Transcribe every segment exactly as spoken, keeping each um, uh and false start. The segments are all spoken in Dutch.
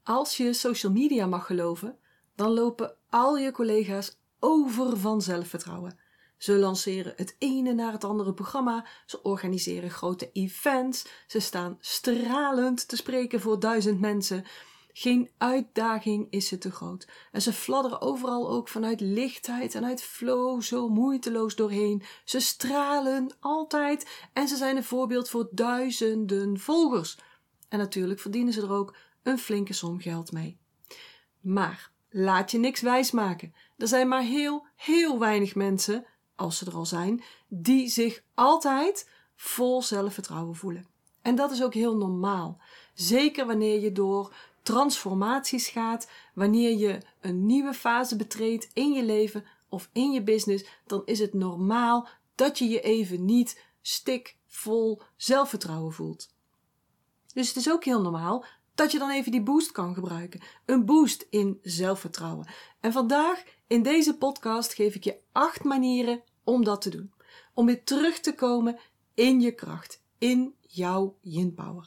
Als je social media mag geloven, dan lopen al je collega's over van zelfvertrouwen. Ze lanceren het ene naar het andere programma, ze organiseren grote events, ze staan stralend te spreken voor duizend mensen. Geen uitdaging is ze te groot. En ze fladderen overal ook vanuit lichtheid en uit flow zo moeiteloos doorheen. Ze stralen altijd en ze zijn een voorbeeld voor duizenden volgers. En natuurlijk verdienen ze er ook een flinke som geld mee. Maar laat je niks wijsmaken. Er zijn maar heel, heel weinig mensen, als ze er al zijn, die zich altijd vol zelfvertrouwen voelen. En dat is ook heel normaal. Zeker wanneer je door transformaties gaat, wanneer je een nieuwe fase betreedt in je leven of in je business, dan is het normaal dat je je even niet stikvol zelfvertrouwen voelt. Dus het is ook heel normaal dat je dan even die boost kan gebruiken. Een boost in zelfvertrouwen. En vandaag in deze podcast geef ik je acht manieren om dat te doen. Om weer terug te komen in je kracht, in jouw yin power.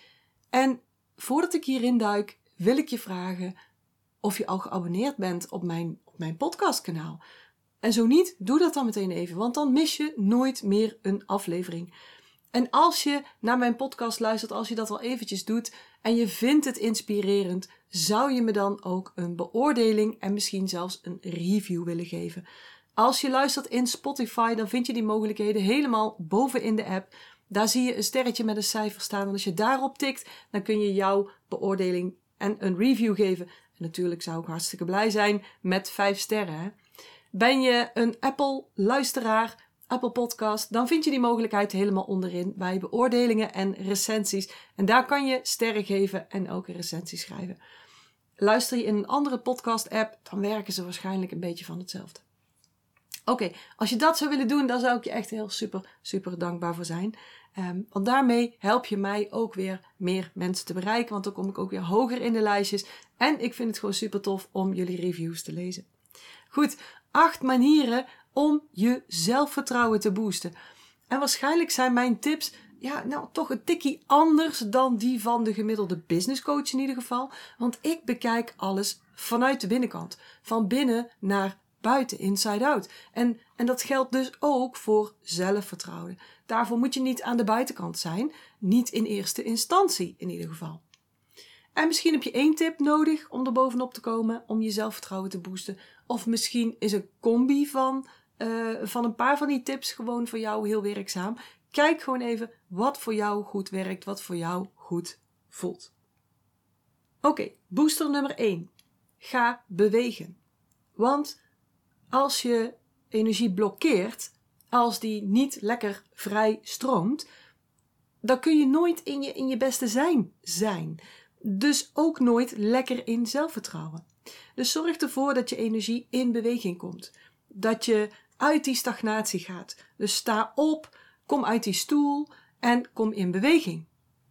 En voordat ik hierin duik, wil ik je vragen of je al geabonneerd bent op mijn, op mijn podcastkanaal. En zo niet, doe dat dan meteen even, want dan mis je nooit meer een aflevering. En als je naar mijn podcast luistert, als je dat al eventjes doet en je vindt het inspirerend, zou je me dan ook een beoordeling en misschien zelfs een review willen geven. Als je luistert in Spotify, dan vind je die mogelijkheden helemaal boven in de app. Daar zie je een sterretje met een cijfer staan. En als je daarop tikt, dan kun je jouw beoordeling en een review geven. En natuurlijk zou ik hartstikke blij zijn met vijf sterren. Hè? Ben je een Apple-luisteraar, Apple Podcast, dan vind je die mogelijkheid helemaal onderin bij beoordelingen en recensies. En daar kan je sterren geven en ook een recensie schrijven. Luister je in een andere podcast-app, dan werken ze waarschijnlijk een beetje van hetzelfde. Oké, okay, als je dat zou willen doen, dan zou ik je echt heel super, super dankbaar voor zijn. Um, want daarmee help je mij ook weer meer mensen te bereiken. Want dan kom ik ook weer hoger in de lijstjes. En ik vind het gewoon super tof om jullie reviews te lezen. Goed, acht manieren om je zelfvertrouwen te boosten. En waarschijnlijk zijn mijn tips ja, nou toch een tikkie anders dan die van de gemiddelde business coach in ieder geval. Want ik bekijk alles vanuit de binnenkant. Van binnen naar buiten, inside out. En, en dat geldt dus ook voor zelfvertrouwen. Daarvoor moet je niet aan de buitenkant zijn. Niet in eerste instantie in ieder geval. En misschien heb je één tip nodig om er bovenop te komen, om je zelfvertrouwen te boosten. Of misschien is een combi van, uh, van een paar van die tips gewoon voor jou heel werkzaam. Kijk gewoon even wat voor jou goed werkt, wat voor jou goed voelt. Oké, okay, booster nummer één. Ga bewegen. Want als je energie blokkeert, als die niet lekker vrij stroomt, dan kun je nooit in je, in je beste zijn zijn. Dus ook nooit lekker in zelfvertrouwen. Dus zorg ervoor dat je energie in beweging komt. Dat je uit die stagnatie gaat. Dus sta op, kom uit die stoel en kom in beweging.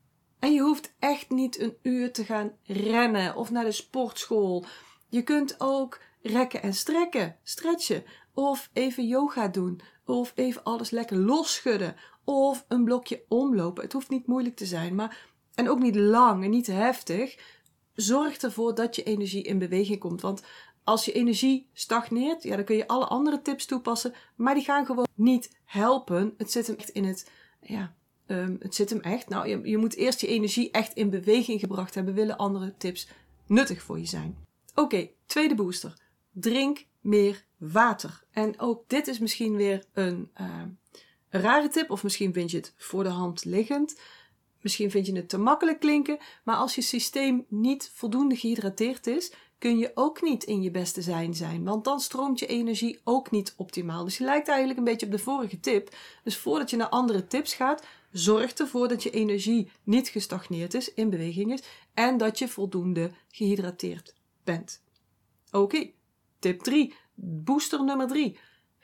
En je hoeft echt niet een uur te gaan rennen of naar de sportschool. Je kunt ook rekken en strekken, stretchen. Of even yoga doen. Of even alles lekker losschudden. Of een blokje omlopen. Het hoeft niet moeilijk te zijn, maar en ook niet lang en niet heftig. Zorg ervoor dat je energie in beweging komt. Want als je energie stagneert, ja, dan kun je alle andere tips toepassen. Maar die gaan gewoon niet helpen. Het zit hem echt in het, ja, um, het zit hem echt. Nou, je, je moet eerst je energie echt in beweging gebracht hebben. Willen andere tips nuttig voor je zijn. Oké, okay, tweede booster. Drink meer water. En ook dit is misschien weer een, uh, een rare tip. Of misschien vind je het voor de hand liggend. Misschien vind je het te makkelijk klinken, maar als je systeem niet voldoende gehydrateerd is, kun je ook niet in je beste zijn zijn, want dan stroomt je energie ook niet optimaal. Dus je lijkt eigenlijk een beetje op de vorige tip. Dus voordat je naar andere tips gaat, zorg ervoor dat je energie niet gestagneerd is, in beweging is, en dat je voldoende gehydrateerd bent. Oké, okay. Tip drie, booster nummer drie.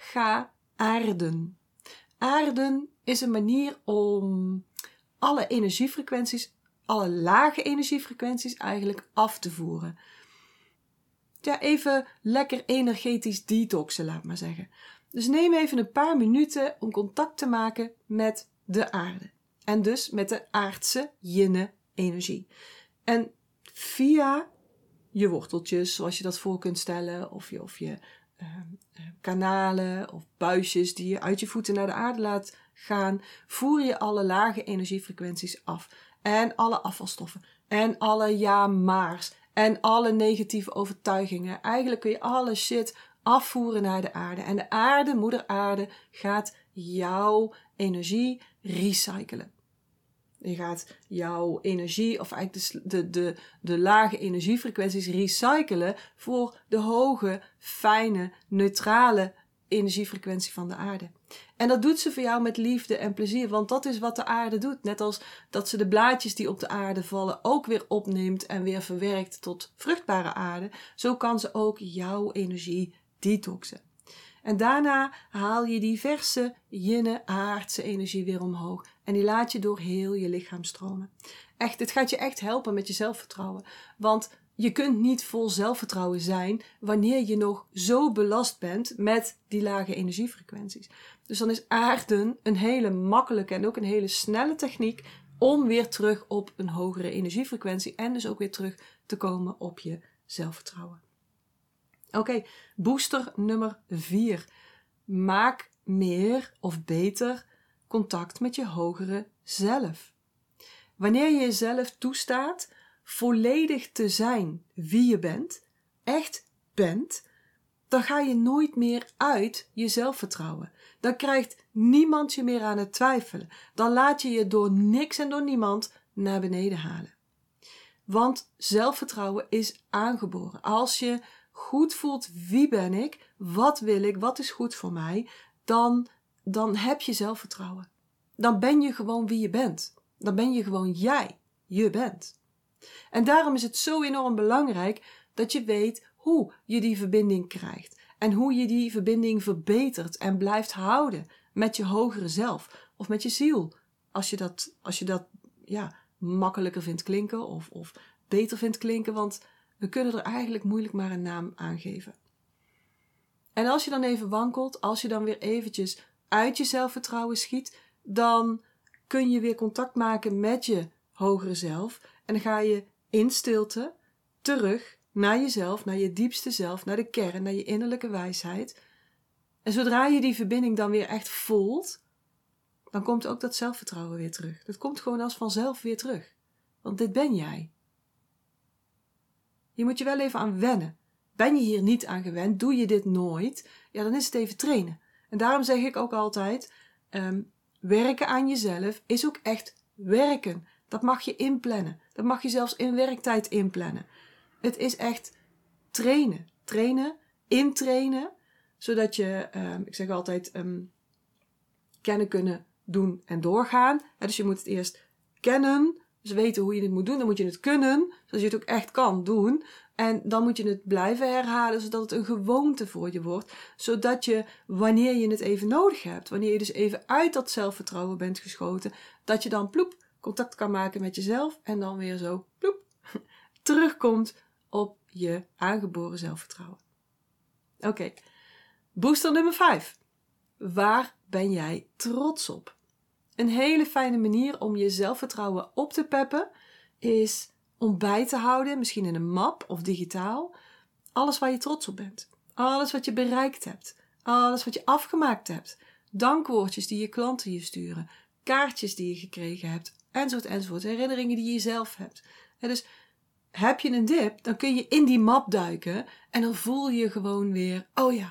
Ga aarden. Aarden is een manier om alle energiefrequenties, alle lage energiefrequenties eigenlijk af te voeren. Ja, even lekker energetisch detoxen, laat maar zeggen. Dus neem even een paar minuten om contact te maken met de aarde. En dus met de aardse yinne energie. En via je worteltjes, zoals je dat voor kunt stellen, of je, of je uh, kanalen of buisjes die je uit je voeten naar de aarde laat gaan, voer je alle lage energiefrequenties af. En alle afvalstoffen. En alle ja-maars. En alle negatieve overtuigingen. Eigenlijk kun je alle shit afvoeren naar de aarde. En de aarde, moeder aarde, gaat jouw energie recyclen. Je gaat jouw energie, of eigenlijk de, de, de, de lage energiefrequenties recyclen voor de hoge, fijne, neutrale energiefrequentie van de aarde. En dat doet ze voor jou met liefde en plezier, want dat is wat de aarde doet. Net als dat ze de blaadjes die op de aarde vallen ook weer opneemt en weer verwerkt tot vruchtbare aarde, zo kan ze ook jouw energie detoxen. En daarna haal je die verse, yinne, aardse energie weer omhoog. En die laat je door heel je lichaam stromen. Echt, dit gaat je echt helpen met je zelfvertrouwen. Want je kunt niet vol zelfvertrouwen zijn wanneer je nog zo belast bent met die lage energiefrequenties. Dus dan is aarden een hele makkelijke en ook een hele snelle techniek om weer terug op een hogere energiefrequentie en dus ook weer terug te komen op je zelfvertrouwen. Oké, okay, booster nummer vier. Maak meer of beter contact met je hogere zelf. Wanneer je jezelf toestaat volledig te zijn wie je bent, echt bent, dan ga je nooit meer uit je zelfvertrouwen. Dan krijgt niemand je meer aan het twijfelen. Dan laat je je door niks en door niemand naar beneden halen. Want zelfvertrouwen is aangeboren. Als je goed voelt wie ben ik, wat wil ik, wat is goed voor mij, dan, dan heb je zelfvertrouwen. Dan ben je gewoon wie je bent. Dan ben je gewoon jij, je bent. En daarom is het zo enorm belangrijk dat je weet hoe je die verbinding krijgt. En hoe je die verbinding verbetert en blijft houden met je hogere zelf. Of met je ziel. Als je dat, als je dat ja, makkelijker vindt klinken of, of beter vindt klinken. Want we kunnen er eigenlijk moeilijk maar een naam aan geven. En als je dan even wankelt, als je dan weer eventjes uit je zelfvertrouwen schiet, dan kun je weer contact maken met je hogere zelf. En dan ga je in stilte terug naar jezelf, naar je diepste zelf, naar de kern, naar je innerlijke wijsheid. En zodra je die verbinding dan weer echt voelt, dan komt ook dat zelfvertrouwen weer terug. Dat komt gewoon als vanzelf weer terug. Want dit ben jij. Je moet je wel even aan wennen. Ben je hier niet aan gewend, doe je dit nooit, ja, dan is het even trainen. En daarom zeg ik ook altijd, um, werken aan jezelf is ook echt werken. Dat mag je inplannen. Dat mag je zelfs in werktijd inplannen. Het is echt trainen. Trainen, intrainen, zodat je, um, ik zeg altijd, um, kennen, kunnen, doen en doorgaan. Ja, dus je moet het eerst kennen, dus weten hoe je dit moet doen. Dan moet je het kunnen, zodat je het ook echt kan doen. En dan moet je het blijven herhalen, zodat het een gewoonte voor je wordt. Zodat je, wanneer je het even nodig hebt, wanneer je dus even uit dat zelfvertrouwen bent geschoten, dat je dan ploep, contact kan maken met jezelf en dan weer zo ploep, terugkomt op je aangeboren zelfvertrouwen. Oké, okay. Booster nummer vijf. Waar ben jij trots op? Een hele fijne manier om je zelfvertrouwen op te peppen is om bij te houden, misschien in een map of digitaal, alles waar je trots op bent. Alles wat je bereikt hebt. Alles wat je afgemaakt hebt. Dankwoordjes die je klanten je sturen. Kaartjes die je gekregen hebt. Enzovoort, enzovoort. Herinneringen die je zelf hebt. En dus heb je een dip, dan kun je in die map duiken en dan voel je gewoon weer, oh ja,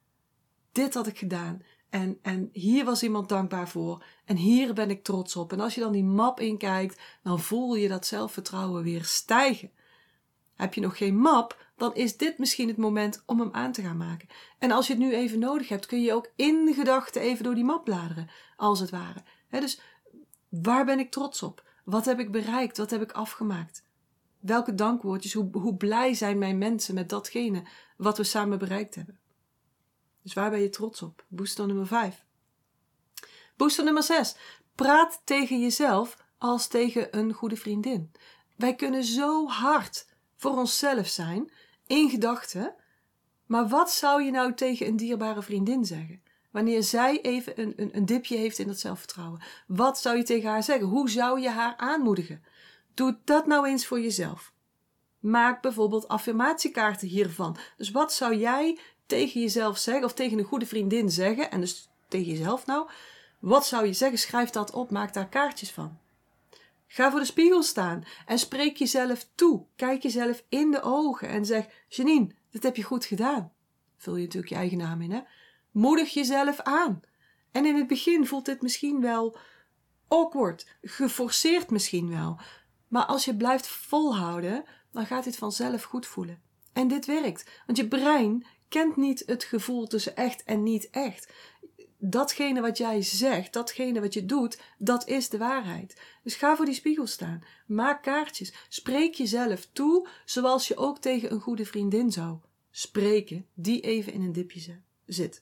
dit had ik gedaan. En, en hier was iemand dankbaar voor. En hier ben ik trots op. En als je dan die map inkijkt, dan voel je dat zelfvertrouwen weer stijgen. Heb je nog geen map, dan is dit misschien het moment om hem aan te gaan maken. En als je het nu even nodig hebt, kun je ook in gedachten even door die map bladeren, als het ware. He, dus waar ben ik trots op? Wat heb ik bereikt? Wat heb ik afgemaakt? Welke dankwoordjes? Hoe, hoe blij zijn mijn mensen met datgene wat we samen bereikt hebben? Dus waar ben je trots op? Booster nummer vijf. Booster nummer zes. Praat tegen jezelf als tegen een goede vriendin. Wij kunnen zo hard voor onszelf zijn, in gedachten. Maar wat zou je nou tegen een dierbare vriendin zeggen? Wanneer zij even een, een, een dipje heeft in dat zelfvertrouwen. Wat zou je tegen haar zeggen? Hoe zou je haar aanmoedigen? Doe dat nou eens voor jezelf. Maak bijvoorbeeld affirmatiekaarten hiervan. Dus wat zou jij tegen jezelf zeggen of tegen een goede vriendin zeggen? En dus tegen jezelf nou. Wat zou je zeggen? Schrijf dat op. Maak daar kaartjes van. Ga voor de spiegel staan en spreek jezelf toe. Kijk jezelf in de ogen en zeg: Janine, dit heb je goed gedaan. Vul je natuurlijk je eigen naam in, hè? Moedig jezelf aan. En in het begin voelt dit misschien wel awkward, geforceerd misschien wel. Maar als je blijft volhouden, dan gaat dit vanzelf goed voelen. En dit werkt, want je brein kent niet het gevoel tussen echt en niet echt. Datgene wat jij zegt, datgene wat je doet, dat is de waarheid. Dus ga voor die spiegel staan. Maak kaartjes. Spreek jezelf toe, zoals je ook tegen een goede vriendin zou spreken, die even in een dipje zit.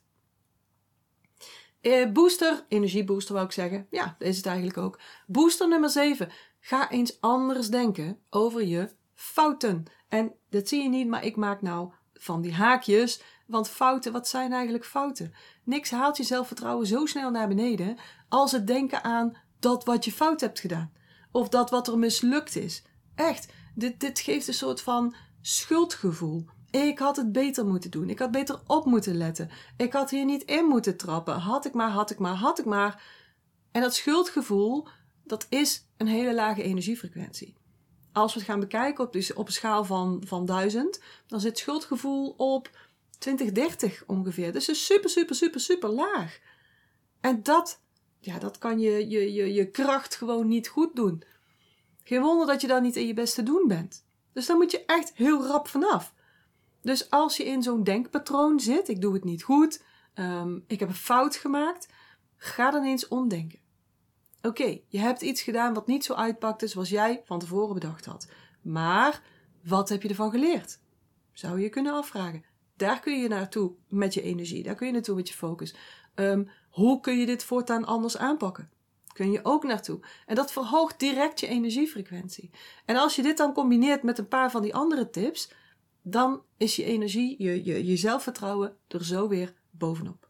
Eh, booster, energiebooster wou ik zeggen. Ja, dat is het eigenlijk ook. Booster nummer zeven. Ga eens anders denken over je fouten. En dat zie je niet, maar ik maak nou van die haakjes. Want fouten, wat zijn eigenlijk fouten? Niks haalt je zelfvertrouwen zo snel naar beneden als het denken aan dat wat je fout hebt gedaan. Of dat wat er mislukt is. Echt, dit, dit geeft een soort van schuldgevoel. Ik had het beter moeten doen. Ik had beter op moeten letten. Ik had hier niet in moeten trappen. Had ik maar, had ik maar, had ik maar. En dat schuldgevoel, dat is een hele lage energiefrequentie. Als we het gaan bekijken op, dus op een schaal van, van duizend, dan zit schuldgevoel op twintig, dertig ongeveer. Dus het is super, super, super, super laag. En dat, ja, dat kan je, je, je, je kracht gewoon niet goed doen. Geen wonder dat je dan niet in je beste doen bent. Dus daar moet je echt heel rap vanaf. Dus als je in zo'n denkpatroon zit, ik doe het niet goed, um, ik heb een fout gemaakt, ga dan eens omdenken. Oké, okay, je hebt iets gedaan wat niet zo uitpakte zoals jij van tevoren bedacht had. Maar wat heb je ervan geleerd? Zou je je kunnen afvragen. Daar kun je naartoe met je energie, daar kun je naartoe met je focus. Um, hoe kun je dit voortaan anders aanpakken? Kun je ook naartoe. En dat verhoogt direct je energiefrequentie. En als je dit dan combineert met een paar van die andere tips, dan is je energie, je, je, je zelfvertrouwen er zo weer bovenop.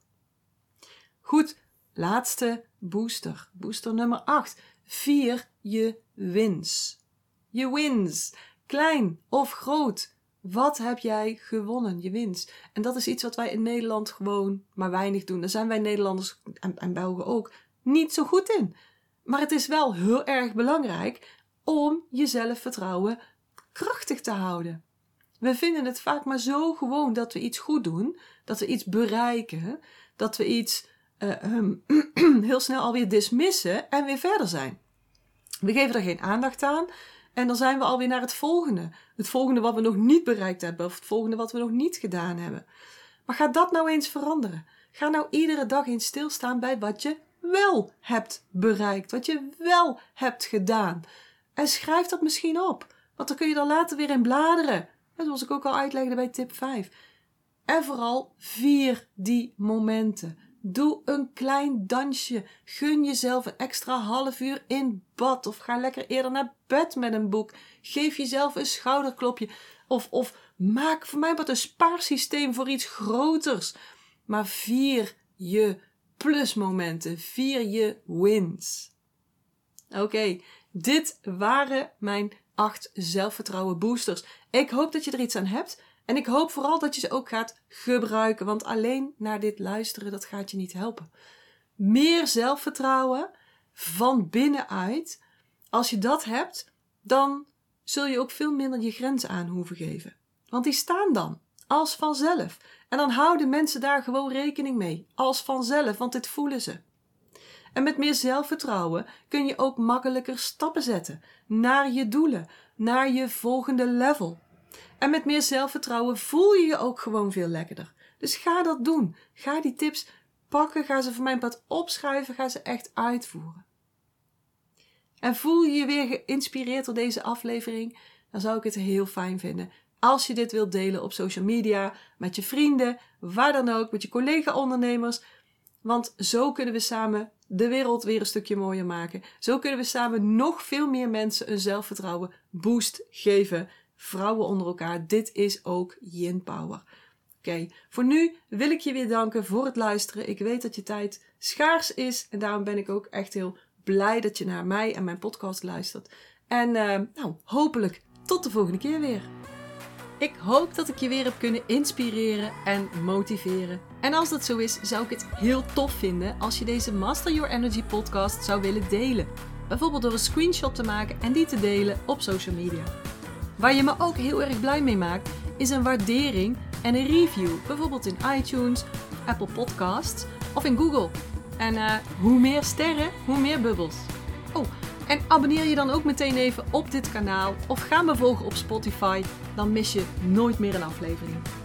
Goed, laatste booster. Booster nummer acht. Vier je wins. Je wins. Klein of groot. Wat heb jij gewonnen? Je wins. En dat is iets wat wij in Nederland gewoon maar weinig doen. Daar zijn wij Nederlanders en, en Belgen ook niet zo goed in. Maar het is wel heel erg belangrijk om je zelfvertrouwen krachtig te houden. We vinden het vaak maar zo gewoon dat we iets goed doen, dat we iets bereiken, dat we iets uh, um, heel snel alweer dismissen en weer verder zijn. We geven er geen aandacht aan en dan zijn we alweer naar het volgende. Het volgende wat we nog niet bereikt hebben of het volgende wat we nog niet gedaan hebben. Maar ga dat nou eens veranderen. Ga nou iedere dag eens stilstaan bij wat je wel hebt bereikt, wat je wel hebt gedaan. En schrijf dat misschien op, want dan kun je er later weer in bladeren. Zoals ik ook al uitlegde bij tip vijf. En vooral vier die momenten. Doe een klein dansje. Gun jezelf een extra half uur in bad. Of ga lekker eerder naar bed met een boek. Geef jezelf een schouderklopje. Of, of maak voor mij wat een spaarsysteem voor iets groters. Maar vier je plusmomenten. Vier je wins. Oké, okay, dit waren mijn acht zelfvertrouwen boosters. Ik hoop dat je er iets aan hebt. En ik hoop vooral dat je ze ook gaat gebruiken. Want alleen naar dit luisteren, dat gaat je niet helpen. Meer zelfvertrouwen van binnenuit. Als je dat hebt, dan zul je ook veel minder je grenzen aan hoeven geven. Want die staan dan. Als vanzelf. En dan houden mensen daar gewoon rekening mee. Als vanzelf, want dit voelen ze. En met meer zelfvertrouwen kun je ook makkelijker stappen zetten. Naar je doelen. Naar je volgende level. En met meer zelfvertrouwen voel je je ook gewoon veel lekkerder. Dus ga dat doen. Ga die tips pakken. Ga ze voor mijn pad opschrijven. Ga ze echt uitvoeren. En voel je je weer geïnspireerd door deze aflevering? Dan zou ik het heel fijn vinden als je dit wilt delen op social media, met je vrienden, waar dan ook, met je collega-ondernemers. Want zo kunnen we samen de wereld weer een stukje mooier maken. Zo kunnen we samen nog veel meer mensen een zelfvertrouwen boost geven. Vrouwen onder elkaar, dit is ook Yin Power. Oké, okay, voor nu wil ik je weer danken voor het luisteren. Ik weet dat je tijd schaars is en daarom ben ik ook echt heel blij dat je naar mij en mijn podcast luistert. En uh, nou, hopelijk tot de volgende keer weer. Ik hoop dat ik je weer heb kunnen inspireren en motiveren. En als dat zo is, zou ik het heel tof vinden als je deze Master Your Energy podcast zou willen delen. Bijvoorbeeld door een screenshot te maken en die te delen op social media. Waar je me ook heel erg blij mee maakt, is een waardering en een review. Bijvoorbeeld in iTunes, Apple Podcasts of in Google. En uh, hoe meer sterren, hoe meer bubbels. Oh, en abonneer je dan ook meteen even op dit kanaal of ga me volgen op Spotify. Dan mis je nooit meer een aflevering.